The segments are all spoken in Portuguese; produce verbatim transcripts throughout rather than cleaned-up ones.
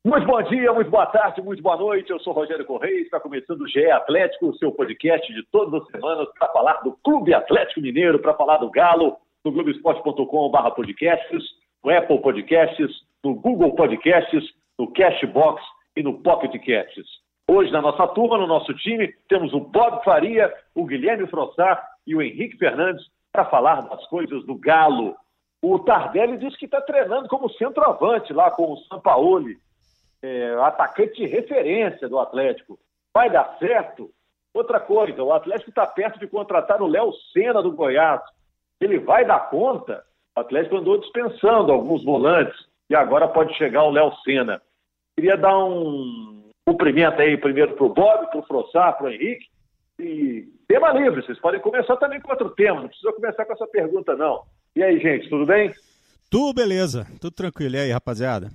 Muito bom dia, muito boa tarde, muito boa noite. Eu sou Rogério Correia, está começando o G E Atlético, o seu podcast de todas as semanas para falar do Clube Atlético Mineiro, para falar do Galo, no globesport ponto com barra podcasts, no Apple Podcasts, no Google Podcasts, no Cashbox e no Pocket Casts. Hoje, na nossa turma, no nosso time, temos o Bob Faria, o Guilherme Frossard e o Henrique Fernandes para falar das coisas do Galo. O Tardelli disse que está treinando como centroavante lá com o Sampaoli. É, atacante de referência do Atlético. Vai dar certo? Outra coisa, o Atlético está perto de contratar o Léo Senna do Goiás. Ele vai dar conta? O Atlético andou dispensando alguns volantes e agora pode chegar o Léo Senna. Queria dar um cumprimento aí primeiro para o Bob, para o Frossard, para o Henrique. E tema livre, vocês podem começar também com outro tema, não precisa começar com essa pergunta não. E aí, gente, tudo bem? Tudo beleza, tudo tranquilo. E aí, rapaziada?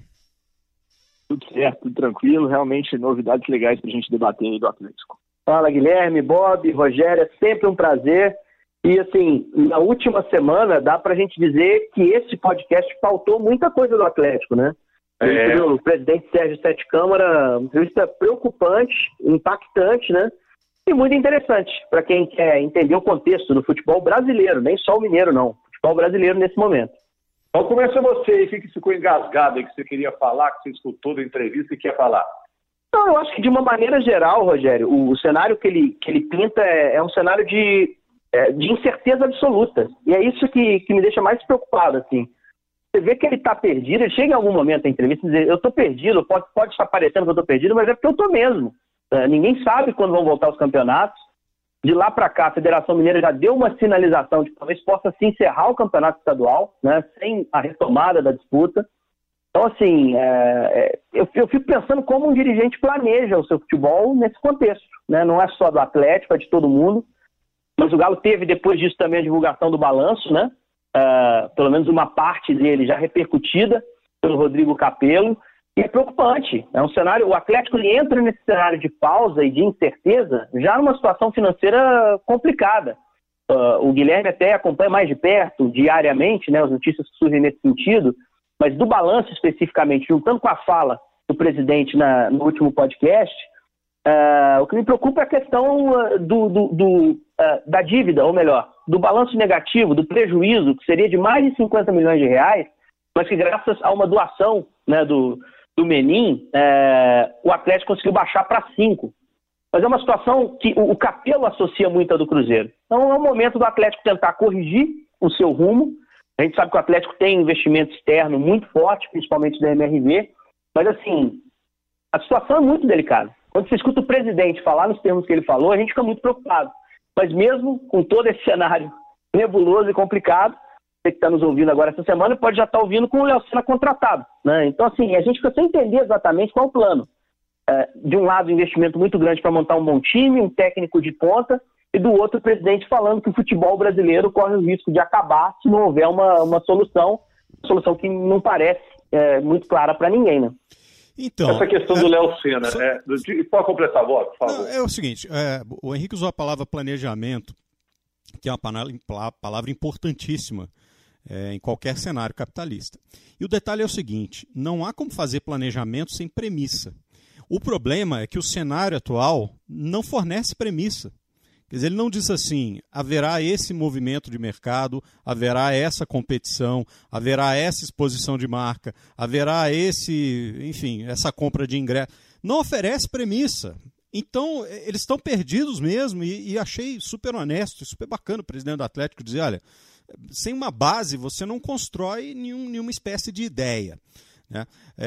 Tudo certo, tudo tranquilo, realmente novidades legais para a gente debater aí do Atlético. Fala Guilherme, Bob, Rogério, é sempre um prazer. E assim, na última semana dá para a gente dizer que esse podcast faltou muita coisa do Atlético, né? É. O presidente Sérgio Sete Câmara, uma entrevista preocupante, impactante, né? E muito interessante para quem quer entender o contexto do futebol brasileiro, nem só o mineiro não, futebol brasileiro nesse momento. Então começa você aí, o que ficou engasgado aí, que você queria falar, que você escutou da entrevista e quer falar? Não, eu acho que de uma maneira geral, Rogério, o, o cenário que ele, que ele pinta é, é um cenário de, é, de incerteza absoluta. E é isso que, que me deixa mais preocupado, assim. Você vê que ele está perdido, ele chega em algum momento na entrevista e diz, eu estou perdido, pode, pode estar parecendo que eu estou perdido, mas é porque eu estou mesmo. É, ninguém sabe quando vão voltar os campeonatos. De lá para cá, a Federação Mineira já deu uma sinalização de que talvez possa se encerrar o campeonato estadual, né, sem a retomada da disputa. Então, assim, é, é, eu, eu fico pensando como um dirigente planeja o seu futebol nesse contexto. Né? Não é só do Atlético, é de todo mundo. Mas o Galo teve, depois disso, também a divulgação do balanço, né? Uh, pelo menos uma parte dele já repercutida pelo Rodrigo Capello. E é preocupante, é um cenário, o Atlético ele entra nesse cenário de pausa e de incerteza já numa situação financeira complicada. Uh, o Guilherme até acompanha mais de perto, diariamente, né, as notícias que surgem nesse sentido, mas do balanço especificamente, juntando com a fala do presidente na, no último podcast, uh, o que me preocupa é a questão uh, do, do, do, uh, da dívida, ou melhor, do balanço negativo, do prejuízo, que seria de mais de cinquenta milhões de reais, mas que graças a uma doação, né, do do Menin, é, o Atlético conseguiu baixar para cinco. Mas é uma situação que o, o Capello associa muito a do Cruzeiro. Então é o momento do Atlético tentar corrigir o seu rumo. A gente sabe que o Atlético tem investimento externo muito forte, principalmente da M R V, mas assim, a situação é muito delicada. Quando você escuta o presidente falar nos termos que ele falou, a gente fica muito preocupado. Mas mesmo com todo esse cenário nebuloso e complicado, você que está nos ouvindo agora essa semana pode já estar ouvindo com o Léo Senna contratado, né? Então, assim, a gente fica sem entender exatamente qual é o plano. É, de um lado, um investimento muito grande para montar um bom time, um técnico de ponta, e do outro, o presidente falando que o futebol brasileiro corre o risco de acabar se não houver uma, uma solução, uma solução que não parece é, muito clara para ninguém, né? Então, essa questão é, do Léo Senna, só... é, pode completar, Bob, por favor. Não, é o seguinte, é, o Henrique usou a palavra planejamento, que é uma palavra importantíssima É, em qualquer cenário capitalista. E o detalhe é o seguinte, não há como fazer planejamento sem premissa. O problema é que o cenário atual não fornece premissa. Quer dizer, ele não diz assim, haverá esse movimento de mercado, haverá essa competição, haverá essa exposição de marca, haverá esse, enfim, essa compra de ingresso. Não oferece premissa. Então, eles estão perdidos mesmo e, e achei super honesto, super bacana o presidente do Atlético dizer, olha, sem uma base você não constrói nenhum, nenhuma espécie de ideia. Né?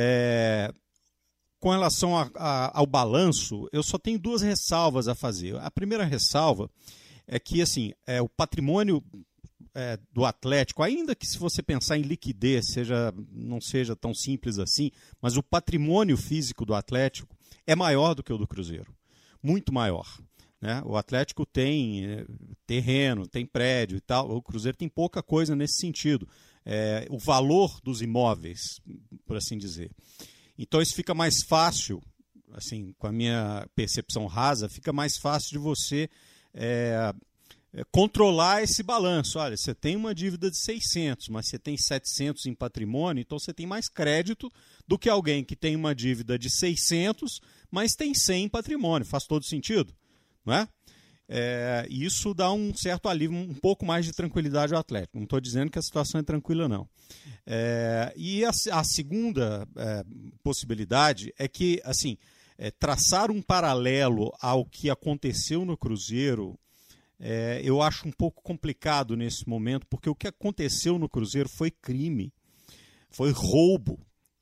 É, com relação a, a, ao balanço, eu só tenho duas ressalvas a fazer. A primeira ressalva é que assim, é, o patrimônio é, do Atlético, ainda que se você pensar em liquidez seja, não seja tão simples assim, mas o patrimônio físico do Atlético é maior do que o do Cruzeiro. Muito maior. Né? O Atlético tem é, terreno, tem prédio e tal, o Cruzeiro tem pouca coisa nesse sentido. É, o valor dos imóveis, por assim dizer. Então isso fica mais fácil, assim, com a minha percepção rasa, fica mais fácil de você é, é, controlar esse balanço. Olha, você tem uma dívida de seiscentos, mas você tem setecentos em patrimônio, então você tem mais crédito do que alguém que tem uma dívida de seiscentos, mas tem cem em patrimônio. Faz todo sentido, não é? É, isso dá um certo alívio, um pouco mais de tranquilidade ao Atlético. Não estou dizendo que a situação é tranquila, não. É, e a, a segunda é, possibilidade é que, assim, é, traçar um paralelo ao que aconteceu no Cruzeiro, é, eu acho um pouco complicado nesse momento, porque o que aconteceu no Cruzeiro foi crime, foi roubo,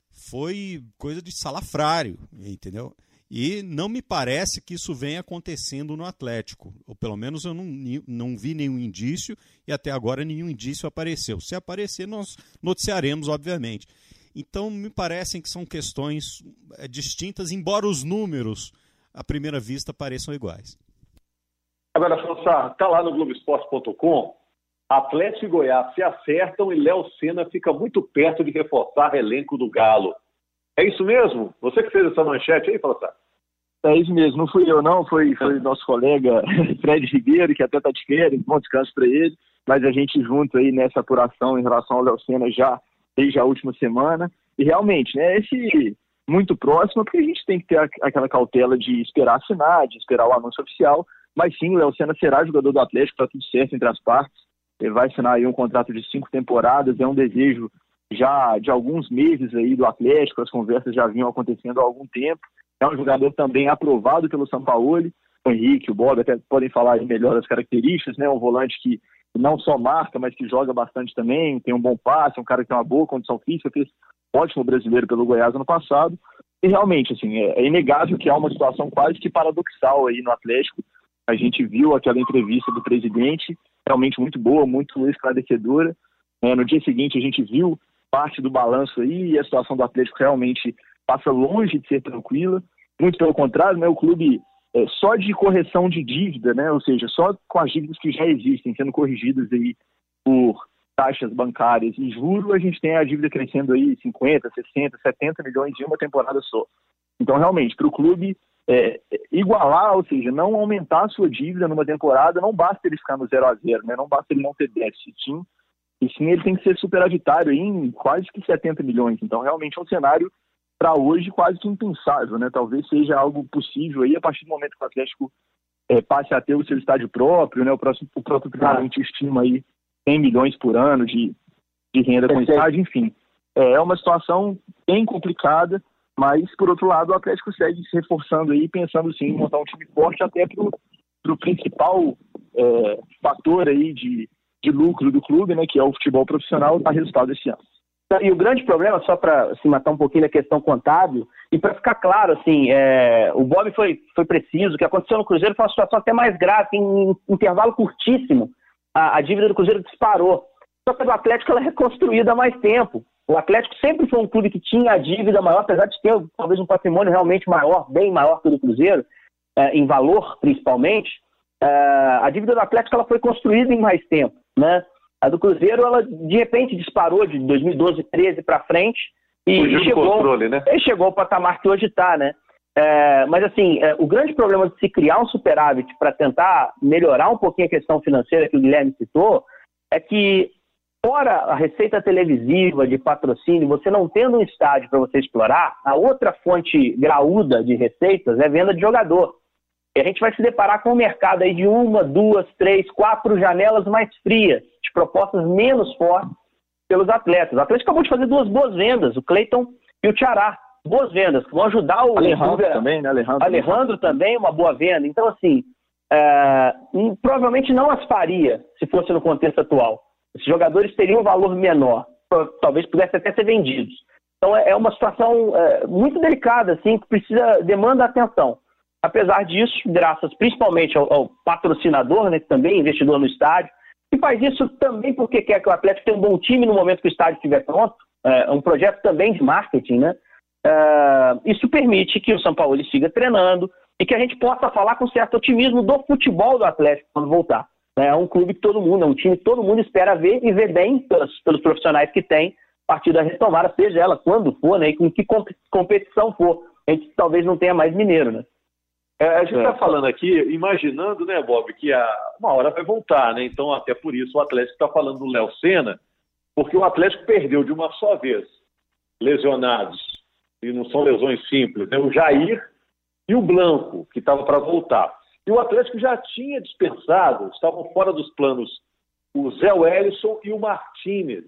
foi coisa de salafrário, entendeu? E não me parece que isso venha acontecendo no Atlético. Ou pelo menos eu não, não vi nenhum indício e até agora nenhum indício apareceu. Se aparecer, nós noticiaremos, obviamente. Então, me parecem que são questões é, distintas, embora os números, à primeira vista, pareçam iguais. Agora, François, está lá no Globo Esporte ponto com, Atlético e Goiás se acertam e Léo Senna fica muito perto de reforçar o elenco do Galo. É isso mesmo? Você que fez essa manchete aí, François? É isso mesmo, não fui eu não, foi, foi nosso colega Fred Ribeiro, que até está de férias, bom descanso para ele, mas a gente junto aí nessa apuração em relação ao Léo Senna já desde a última semana, e realmente, né, esse muito próximo, porque a gente tem que ter aquela cautela de esperar assinar, de esperar o anúncio oficial, mas sim, o Léo Senna será jogador do Atlético, está tudo certo entre as partes, ele vai assinar aí um contrato de cinco temporadas, é um desejo já de alguns meses aí do Atlético, as conversas já vinham acontecendo há algum tempo. É um jogador também aprovado pelo Sampaoli, o Henrique, o Bob até podem falar melhor das características, né? Um volante que não só marca, mas que joga bastante também, tem um bom passe, um cara que tem uma boa condição física, fez ótimo brasileiro pelo Goiás ano passado. E realmente, assim, é, é inegável que há uma situação quase que paradoxal aí no Atlético. A gente viu aquela entrevista do presidente, realmente muito boa, muito esclarecedora. É, no dia seguinte a gente viu parte do balanço aí e a situação do Atlético realmente passa longe de ser tranquila, muito pelo contrário, né, o clube é, só de correção de dívida, né, ou seja, só com as dívidas que já existem sendo corrigidas aí por taxas bancárias e juros, a gente tem a dívida crescendo aí cinquenta, sessenta, setenta milhões em uma temporada só. Então realmente, para o clube é, igualar, ou seja, não aumentar a sua dívida numa temporada, não basta ele ficar no zero a zero, né, não basta ele não ter déficit, sim, e sim ele tem que ser superavitário em quase que setenta milhões. Então realmente é um cenário para hoje quase que impensável, né? Talvez seja algo possível aí a partir do momento que o Atlético é, passe a ter o seu estádio próprio, né? O, próximo, o próprio presidente ah. estima aí cem milhões por ano de, de renda com estádio, enfim. É uma situação bem complicada, mas por outro lado o Atlético segue se reforçando aí, pensando sim em montar um time forte até para o principal é, fator aí de, de lucro do clube, né? Que é o futebol profissional, dar resultado esse ano. E o grande problema, só para se matar um pouquinho na questão contábil, e para ficar claro, assim, é, o Bob foi, foi preciso, o que aconteceu no Cruzeiro foi uma situação até mais grave, em intervalo curtíssimo, a, a dívida do Cruzeiro disparou. Só que o Atlético ela é reconstruída há mais tempo. O Atlético sempre foi um clube que tinha a dívida maior, apesar de ter talvez um patrimônio realmente maior, bem maior que o do Cruzeiro, é, em valor principalmente. É, a dívida do Atlético ela foi construída em mais tempo, né? A do Cruzeiro, ela de repente disparou de dois mil e doze, treze para frente e, e chegou, controle, né? e chegou ao patamar que hoje está, né? É, mas assim, é, o grande problema de se criar um superávit para tentar melhorar um pouquinho a questão financeira que o Guilherme citou é que, fora a receita televisiva de patrocínio, você não tendo um estádio para você explorar, a outra fonte graúda de receitas é venda de jogador. E a gente vai se deparar com um mercado aí de uma, duas, três, quatro janelas mais frias, de propostas menos fortes pelos atletas. O Atlético acabou de fazer duas boas vendas, o Cleiton e o Tiará. Boas vendas, que vão ajudar o... Alejandro o... também, né? Alejandro, Alejandro também, uma boa venda. Então, assim, é... provavelmente não as faria se fosse no contexto atual. Esses jogadores teriam um valor menor, talvez pudessem até ser vendidos. Então, é uma situação é, muito delicada, assim, que precisa, demanda atenção. Apesar disso, graças principalmente ao, ao patrocinador, né, que também é investidor no estádio, e faz isso também porque quer que o Atlético tenha um bom time no momento que o estádio estiver pronto, é um projeto também de marketing, né? É, isso permite que o Sampaoli siga treinando e que a gente possa falar com certo otimismo do futebol do Atlético quando voltar. É um clube que todo mundo, é um time que todo mundo espera ver e ver bem pelos, pelos profissionais que tem a partir da retomada, seja ela quando for, né, e com que competição for. A gente talvez não tenha mais mineiro, né? É, a gente está falando aqui, imaginando, né, Bob, que a, uma hora vai voltar, né? Então, até por isso, o Atlético está falando do Léo Senna, porque o Atlético perdeu de uma só vez lesionados, e não são lesões simples, né? O Jair e o Blanco, que estava para voltar. E o Atlético já tinha dispensado, estavam fora dos planos, o Zé Wellison e o Martínez.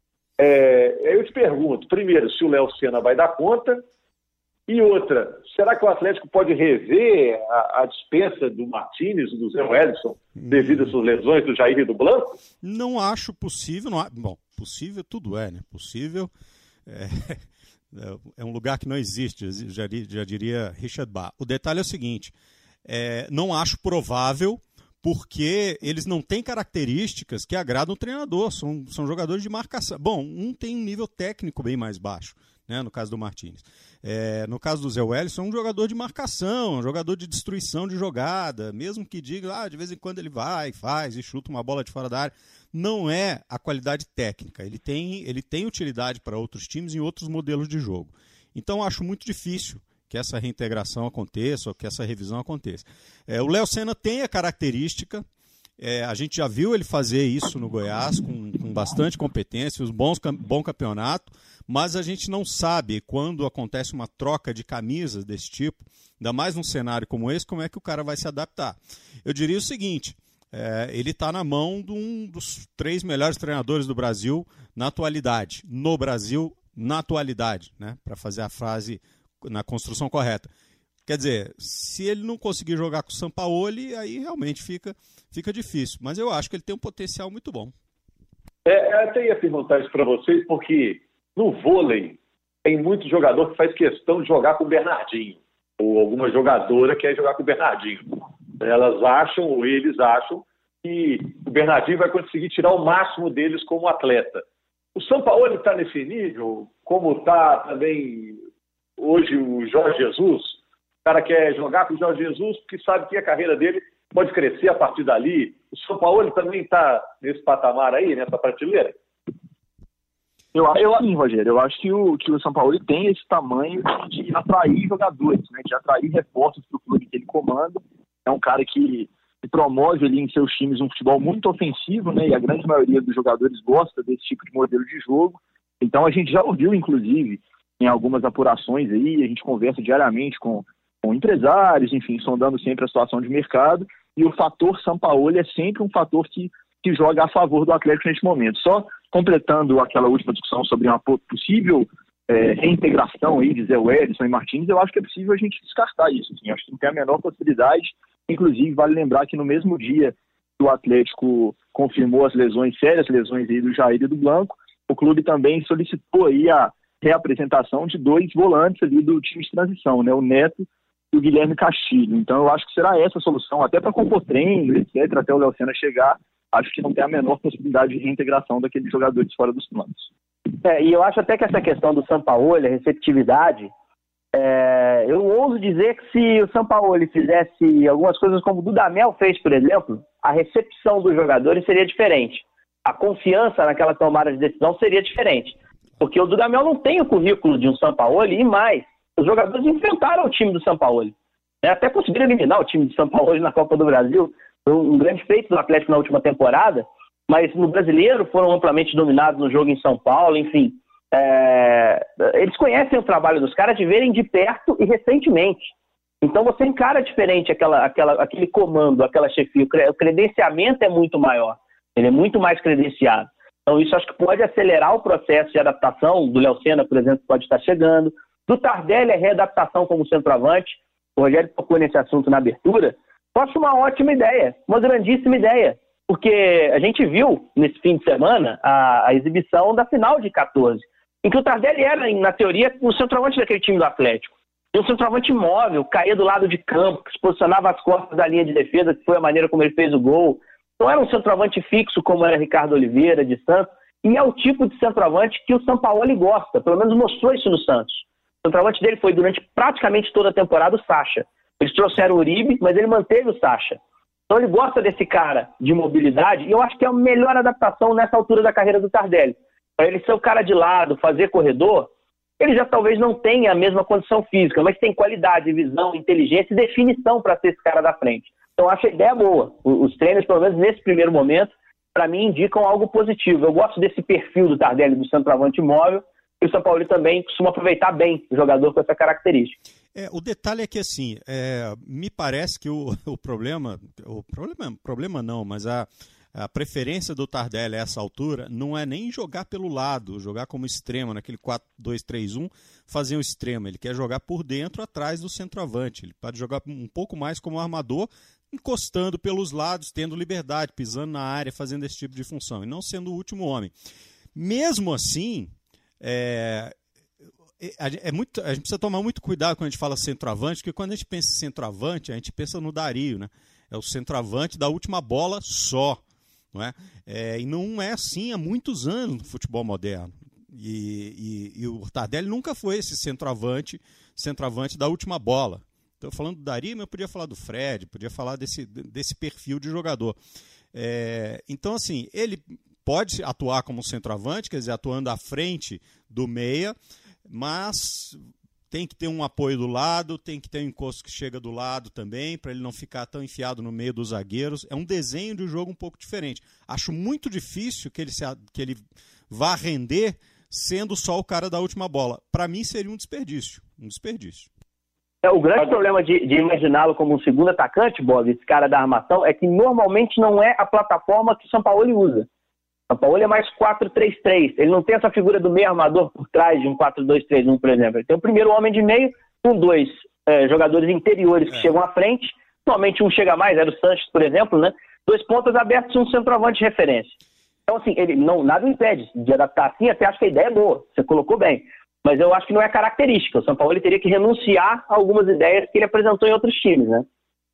É, eu te pergunto, primeiro, se o Léo Senna vai dar conta. E outra, será que o Atlético pode rever a, a dispensa do Martínez e do Zé Wellison devido às suas lesões do Jair e do Blanco? Não acho possível. Não há, bom, possível tudo é, né? Possível é, é um lugar que não existe, já, já diria Richard Bach. O detalhe é o seguinte, é, não acho provável porque eles não têm características que agradam o treinador, são, são jogadores de marcação. Bom, um tem um nível técnico bem mais baixo, né, no caso do Martínez. É, no caso do Zé Wellison, é um jogador de marcação, um jogador de destruição de jogada, mesmo que diga, ah, de vez em quando ele vai, faz e chuta uma bola de fora da área. Não é a qualidade técnica, ele tem, ele tem utilidade para outros times em outros modelos de jogo. Então, acho muito difícil que essa reintegração aconteça ou que essa revisão aconteça. É, o Léo Senna tem a característica, é, a gente já viu ele fazer isso no Goiás com, com bastante competência, um bons, bom campeonato, mas a gente não sabe quando acontece uma troca de camisas desse tipo, ainda mais num cenário como esse, como é que o cara vai se adaptar. Eu diria o seguinte, é, ele está na mão de um dos três melhores treinadores do Brasil na atualidade, no Brasil, na atualidade, né, para fazer a frase na construção correta. Quer dizer, se ele não conseguir jogar com o Sampaoli, aí realmente fica, fica difícil. Mas eu acho que ele tem um potencial muito bom. É, eu até ia perguntar isso para vocês, porque no vôlei tem muito jogador que faz questão de jogar com o Bernardinho. Ou alguma jogadora quer jogar com o Bernardinho. Elas acham, ou eles acham, que o Bernardinho vai conseguir tirar o máximo deles como atleta. O Sampaoli está nesse nível, como está também hoje o Jorge Jesus. O cara quer jogar com o Jorge Jesus porque sabe que a carreira dele pode crescer a partir dali. O Sampaoli também está nesse patamar aí, nessa prateleira? Eu acho que sim, Rogério. Eu acho que o, que o Sampaoli tem esse tamanho de atrair jogadores, né? De atrair reforços para o clube que ele comanda. É um cara que promove ali em seus times um futebol muito ofensivo, né? E a grande maioria dos jogadores gosta desse tipo de modelo de jogo. Então a gente já ouviu, inclusive, em algumas apurações aí, a gente conversa diariamente com, com empresários, enfim, sondando sempre a situação de mercado, e o fator Sampaoli é sempre um fator que, que joga a favor do Atlético neste momento. Só completando aquela última discussão sobre uma possível é, reintegração aí de Zé Wellison e Martínez, eu acho que é possível a gente descartar isso. Assim, acho que não tem a menor possibilidade. Inclusive, vale lembrar que no mesmo dia que o Atlético confirmou as lesões, sérias lesões aí do Jair e do Blanco, o clube também solicitou aí a reapresentação de dois volantes ali do time de transição, né? O Neto e o Guilherme Castilho. Então eu acho que será essa a solução, até para compor treino, etcétera, até o Léo Senna chegar. Acho que não tem a menor possibilidade de reintegração daqueles jogadores fora dos planos. É, e eu acho até que essa questão do Sampaoli, a receptividade, é, eu ouso dizer que se o Sampaoli fizesse algumas coisas como o Dudamel fez, por exemplo, a recepção dos jogadores seria diferente. A confiança naquela tomada de decisão seria diferente. Porque o Dudamel não tem o currículo de um Sampaoli, e mais, os jogadores enfrentaram o time do Sampaoli. Né? Até conseguiram eliminar o time do Sampaoli na Copa do Brasil. Foi um grande feito do Atlético na última temporada, mas no Brasileiro foram amplamente dominados no jogo em São Paulo, enfim. É... Eles conhecem o trabalho dos caras de verem de perto e recentemente. Então você encara diferente aquela, aquela, aquele comando, aquela chefia. O credenciamento é muito maior, ele é muito mais credenciado. Então isso acho que pode acelerar o processo de adaptação do Léo Senna, por exemplo, que pode estar chegando. Do Tardelli, a readaptação como centroavante. O Rogério tocou nesse assunto na abertura. Eu acho uma ótima ideia, uma grandíssima ideia. Porque a gente viu, nesse fim de semana, a, a exibição da final de quatorze, em que o Tardelli era, na teoria, o centroavante daquele time do Atlético. E um centroavante móvel, caía do lado de campo, que se posicionava às costas da linha de defesa, que foi a maneira como ele fez o gol. Não era um centroavante fixo como era Ricardo Oliveira, de Santos, e é o tipo de centroavante que o Sampaoli gosta, pelo menos mostrou isso no Santos. O centroavante dele foi, durante praticamente toda a temporada, o Sacha. Eles trouxeram o Uribe, mas ele manteve o Sacha. Então ele gosta desse cara de mobilidade, e eu acho que é a melhor adaptação nessa altura da carreira do Tardelli. Para ele ser o cara de lado, fazer corredor, ele já talvez não tenha a mesma condição física, mas tem qualidade, visão, inteligência e definição para ser esse cara da frente. Então, acho a ideia boa. Os treinos, pelo menos nesse primeiro momento, para mim, indicam algo positivo. Eu gosto desse perfil do Tardelli, do centroavante móvel, e o São Paulo também costuma aproveitar bem o jogador com essa característica. É, o detalhe é que, assim, é, me parece que o, o problema, o problema, problema não, mas a, a preferência do Tardelli a essa altura não é nem jogar pelo lado, jogar como extremo, naquele quatro dois três um, fazer um extremo. Ele quer jogar por dentro, atrás do centroavante. Ele pode jogar um pouco mais como armador, encostando pelos lados, tendo liberdade, pisando na área, fazendo esse tipo de função, e não sendo o último homem. Mesmo assim, é, é muito, a gente precisa tomar muito cuidado quando a gente fala centroavante, porque quando a gente pensa em centroavante, a gente pensa no Dario, né? É o centroavante da última bola só, não é? É, e não é assim há muitos anos no futebol moderno. E, e, e o Tardelli nunca foi esse centroavante, centroavante da última bola. Estou falando do Dario, mas eu podia falar do Fred, podia falar desse, desse perfil de jogador. É, então, assim, ele pode atuar como centroavante, quer dizer, atuando à frente do meia, mas tem que ter um apoio do lado, tem que ter um encosto que chega do lado também, para ele não ficar tão enfiado no meio dos zagueiros. É um desenho de jogo um pouco diferente. Acho muito difícil que ele, se, que ele vá render sendo só o cara da última bola. Para mim seria um desperdício, um desperdício. É, o grande problema de, de imaginá-lo como um segundo atacante, Bob, esse cara da armação, é que normalmente não é a plataforma que o São Paulo usa. O São Paulo é mais quatro três três. Ele não tem essa figura do meio armador por trás de um quatro dois três um, por exemplo. Ele tem o primeiro homem de meio com dois é, jogadores interiores que é. chegam à frente. Normalmente um chega mais, era o Sanches, por exemplo, né? Dois pontas abertos e um centroavante de referência. Então, assim, ele não, nada impede de adaptar assim, até acho que a ideia é boa. Você colocou bem. Mas eu acho que não é característica. O São Paulo ele teria que renunciar a algumas ideias que ele apresentou em outros times, né?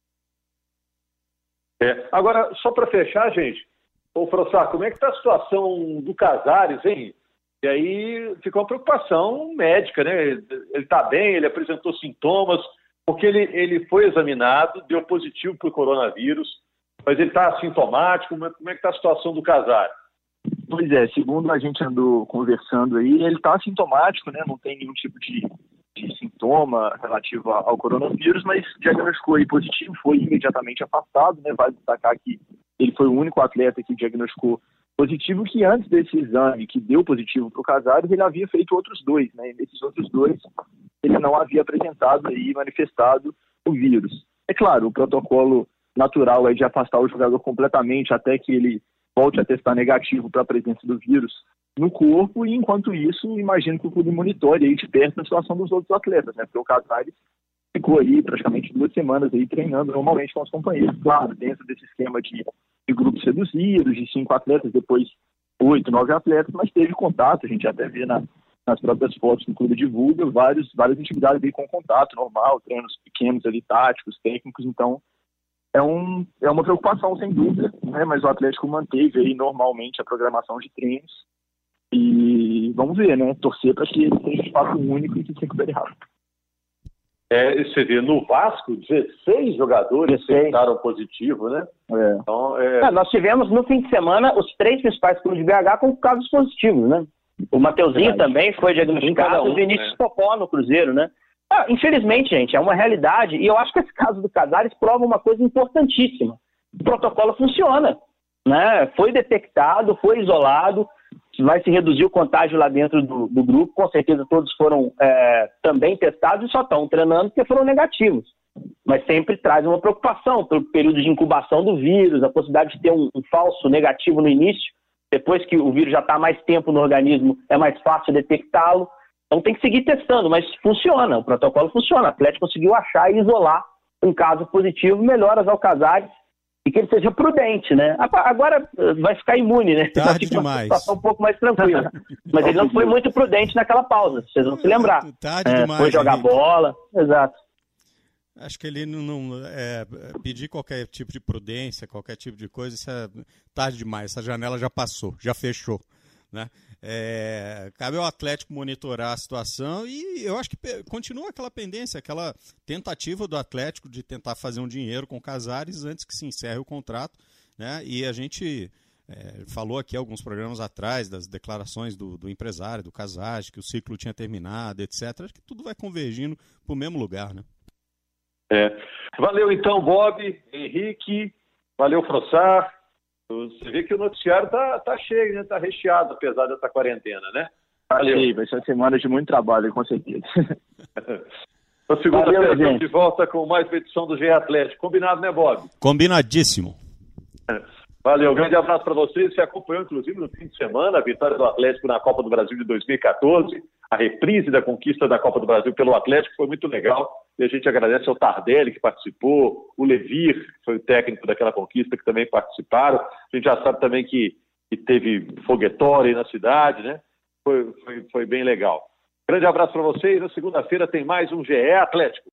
É. Agora, só para fechar, gente, ô Frossá, como é que está a situação do Casares, hein? E aí ficou uma preocupação médica, né? Ele está bem, ele apresentou sintomas, porque ele, ele foi examinado, deu positivo para o coronavírus, mas ele está assintomático. Como é que está a situação do Casares? Pois é, segundo a gente andou conversando aí, ele está assintomático, né? Não tem nenhum tipo de, de sintoma relativo ao coronavírus, mas diagnosticou aí positivo, foi imediatamente afastado, né? Vale destacar que ele foi o único atleta que diagnosticou positivo, que antes desse exame que deu positivo para o Casares, ele havia feito outros dois, né? E nesses outros dois, ele não havia apresentado aí, manifestado o vírus. É claro, o protocolo natural é de afastar o jogador completamente até que ele volte a testar negativo para a presença do vírus no corpo, e enquanto isso, imagino que o clube monitore aí de perto a situação dos outros atletas, né? Porque o Casares ficou aí praticamente duas semanas aí treinando normalmente com os companheiros, claro, dentro desse esquema de, de grupos reduzidos, de cinco atletas, depois oito, nove atletas, mas teve contato, a gente até vê na, nas próprias fotos que o clube divulga, vários, várias atividades aí com contato normal, treinos pequenos ali, táticos, técnicos, então É, um, é uma preocupação, sem dúvida, né? Mas o Atlético manteve aí normalmente a programação de treinos e vamos ver, né? Torcer para que ele seja de fato único e que se recupere rápido. É, você vê, no Vasco, dezesseis jogadores testaram positivo, né? É. Então, é... É, nós tivemos no fim de semana os três principais clubes de B H com casos positivos, né? O Mateuzinho também foi diagnosticado, um, o Vinícius né? Popó no Cruzeiro, né? Ah, infelizmente, gente, é uma realidade, e eu acho que esse caso do Casares prova uma coisa importantíssima. O protocolo funciona, né? Foi detectado, foi isolado, vai se reduzir o contágio lá dentro do, do grupo, com certeza todos foram é, também testados e só estão treinando porque foram negativos. Mas sempre traz uma preocupação pelo período de incubação do vírus, a possibilidade de ter um, um falso negativo no início, depois que o vírus já está há mais tempo no organismo, é mais fácil detectá-lo. Então tem que seguir testando, mas funciona, o protocolo funciona. O Atlético conseguiu achar e isolar um caso positivo, melhoras ao Casares e que ele seja prudente, né? Agora vai ficar imune, né? Tarde demais. Uma situação um pouco mais tranquila. Mas ele não foi muito prudente naquela pausa, vocês vão se lembrar. Tarde é, demais. Foi jogar Henrique. bola, exato. Acho que ele não, não é, pedir qualquer tipo de prudência, qualquer tipo de coisa, isso é tarde demais. Essa janela já passou, já fechou, né? É, cabe ao Atlético monitorar a situação e eu acho que continua aquela pendência, aquela tentativa do Atlético de tentar fazer um dinheiro com o Casares antes que se encerre o contrato, né? E a gente É, falou aqui alguns programas atrás das declarações do, do empresário, do Casage, que o ciclo tinha terminado, etcétera. Acho que tudo vai convergindo para o mesmo lugar, né? É. Valeu então, Bob, Henrique, valeu, Frossar. Você vê que o noticiário tá, tá cheio, né? Tá recheado, apesar dessa quarentena, né? Valeu. Sim, vai ser uma semana de muito trabalho, com certeza. Na segunda-feira estamos de volta com mais uma edição do G E Atlético. Combinado, né, Bob? Combinadíssimo. Valeu, grande abraço para vocês. Você acompanhou, inclusive, no fim de semana, a vitória do Atlético na Copa do Brasil de dois mil e quatorze, a reprise da conquista da Copa do Brasil pelo Atlético, foi muito legal. E a gente agradece ao Tardelli, que participou, o Levir, que foi o técnico daquela conquista, que também participaram. A gente já sabe também que, que teve foguetório aí na cidade, né? Foi, foi, foi bem legal. Grande abraço para vocês. Na segunda-feira tem mais um G E Atlético.